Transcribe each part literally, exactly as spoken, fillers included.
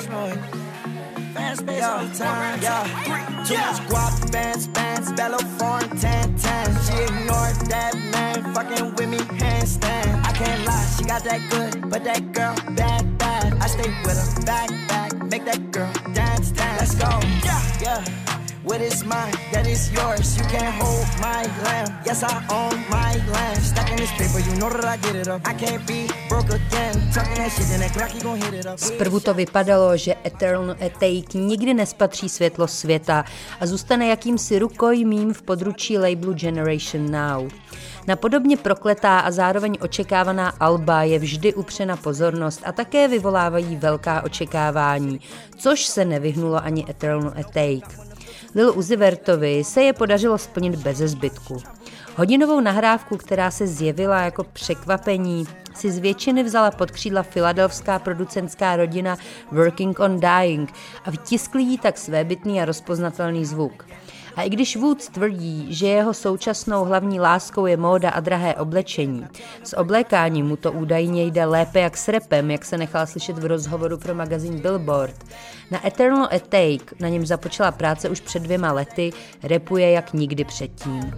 noise. Fast pace all the time, yeah. Too much guap, bands, bands, bellow, foreign, tan, tan. She ignored that man, fucking with me, handstand. I can't lie, she got that good, but that girl, bad, bad. I stay with her, back, back, make that girl dance, dance. Let's go, yeah, yeah. What is mine, that is yours. You can't hold my lamb. Yes, I own my land. Stacking this paper, you know that I get it up. I can't be broke again. Talking that shit, then that Glocky gon' hit it up. Zprvu to vypadalo, že Eternal Atake nikdy nespatří světlo světa a zůstane jakýmsi rukojmím v područí labelu Generation Now. Na podobně prokletá a zároveň očekávaná alba je vždy upřena pozornost a také vyvolávají velká očekávání, což se nevyhnulo ani Eternal Atake. Lil Uzi Vertovi se je podařilo splnit beze zbytku. Hodinovou nahrávku, která se zjevila jako překvapení, si z většiny vzala pod křídla filadelfská producentská rodina Working on Dying a vtiskli jí tak svébytný a rozpoznatelný zvuk. A i když Woods tvrdí, že jeho současnou hlavní láskou je móda a drahé oblečení, s oblékáním mu to údajně jde lépe jak s rapem, jak se nechal slyšet v rozhovoru pro magazín Billboard. Na Eternal Atake, na něm započala práce už před dvěma lety, rapuje jak nikdy předtím.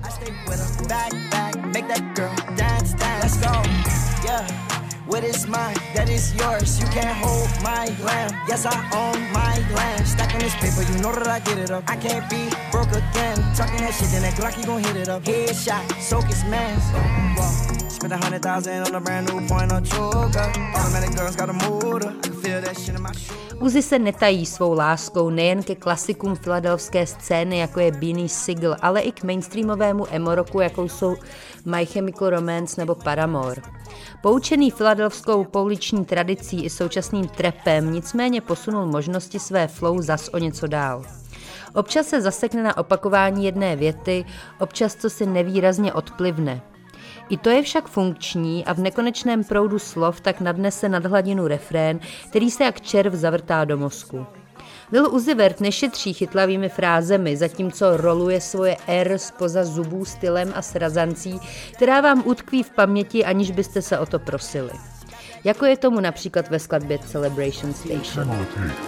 What is mine, that is yours. You can't hold my lamb. Yes, I own my land. Stacking this paper, you know that I get it up. I can't be broke again. Talking that shit, then that Glocky gon' hit it up. Headshot, soak his man. Spent a hundred thousand on a brand new point on choker. Automatic guns got a motor. I can feel that shit in my shoe. Uzi se netají svou láskou nejen ke klasikům filadelfské scény, jako je Beanie Sigel, ale i k mainstreamovému emo-rocku, jakou jsou My Chemical Romance nebo Paramore. Poučený filadelfskou pouliční tradicí i současným trapem nicméně posunul možnosti své flow zas o něco dál. Občas se zasekne na opakování jedné věty, občas to si nevýrazně odplivne. I to je však funkční a v nekonečném proudu slov tak nadnese nad hladinu refrén, který se jak červ zavrtá do mozku. Lil Uzi Vert nešetří chytlavými frázemi, zatímco roluje svoje R spoza zubů stylem a srazancí, která vám utkví v paměti, aniž byste se o to prosili. Jako je tomu například ve skladbě Celebration Station.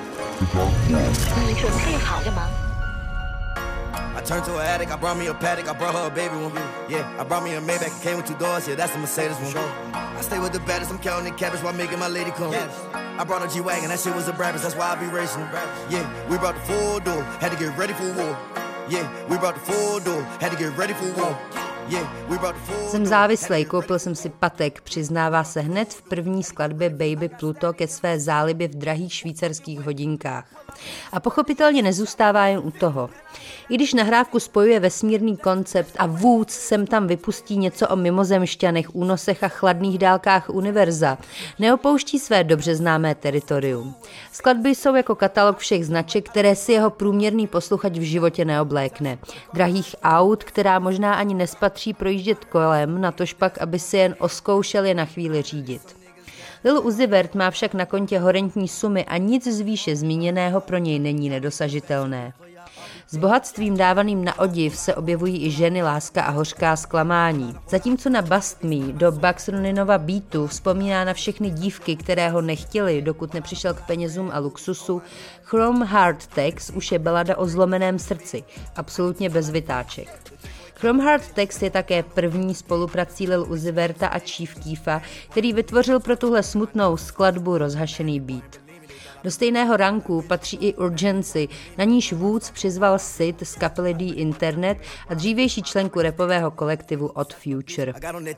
I turned to an addict, I brought me a paddock, I brought her a baby one. Yeah, I brought me a Maybach, it came with two doors, yeah, that's the Mercedes one. I stay with the baddest, I'm counting the cabbage while making my lady come. I brought a G-Wagon, that shit was a Brabus, that's why I be racing. Yeah, we brought the full door, had to get ready for war. Yeah, we brought the full door, had to get ready for war. Jsem závislej, koupil jsem si patek, přiznává se hned v první skladbě Baby Pluto ke své zálibě v drahých švýcarských hodinkách. A pochopitelně nezůstává jen u toho. I když nahrávku spojuje vesmírný koncept a Woods sem tam vypustí něco o mimozemšťanech, únosech a chladných dálkách univerza, neopouští své dobře známé teritorium. Skladby jsou jako katalog všech značek, které si jeho průměrný posluchač v životě neoblékne. Drahých aut, která možná ani nespatří projíždět kolem, natožpak, aby si jen oskoušel je na chvíli řídit. Lil Uzi Vert má však na kontě horentní sumy a nic z výše zmíněného pro něj není nedosažitelné. S bohatstvím dávaným na odiv se objevují i ženy, láska a hořká zklamání. Zatímco na Bust Me do Bugs Runinova beatu vzpomíná na všechny dívky, které ho nechtěly, dokud nepřišel k penězům a luxusu, Chrome Heart Text už je balada o zlomeném srdci, absolutně bez vytáček. Chrome Heart Text je také první spoluprací Lil Uzi Verta a Chief Keefa, který vytvořil pro tuhle smutnou skladbu rozhašený beat. Do stejného ranku patří i Urgency, na níž Woods přizval Sid z kapely The Internet a dřívější členku rapového kolektivu Odd Future.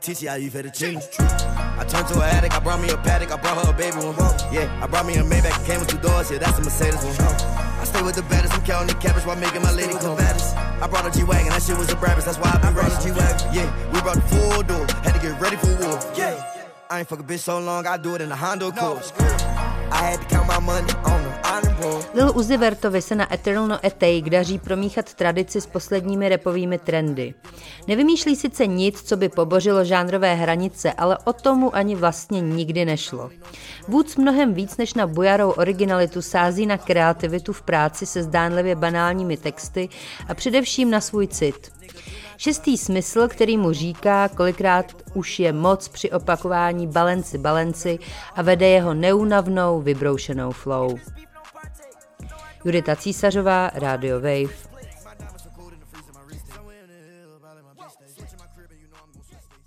Lil Uzi Vertovi se na Eternal Atake daří promíchat tradici s posledními rapovými trendy. Nevymýšlí sice nic, co by pobořilo žánrové hranice, ale o tomu ani vlastně nikdy nešlo. Woods mnohem víc než na bujarou originalitu sází na kreativitu v práci se zdánlivě banálními texty a především na svůj cit. Šestý smysl, který mu říká, kolikrát už je moc při opakování balenci balenci a vede jeho neúnavnou vybroušenou flow. Judita Císařová, Radio Wave.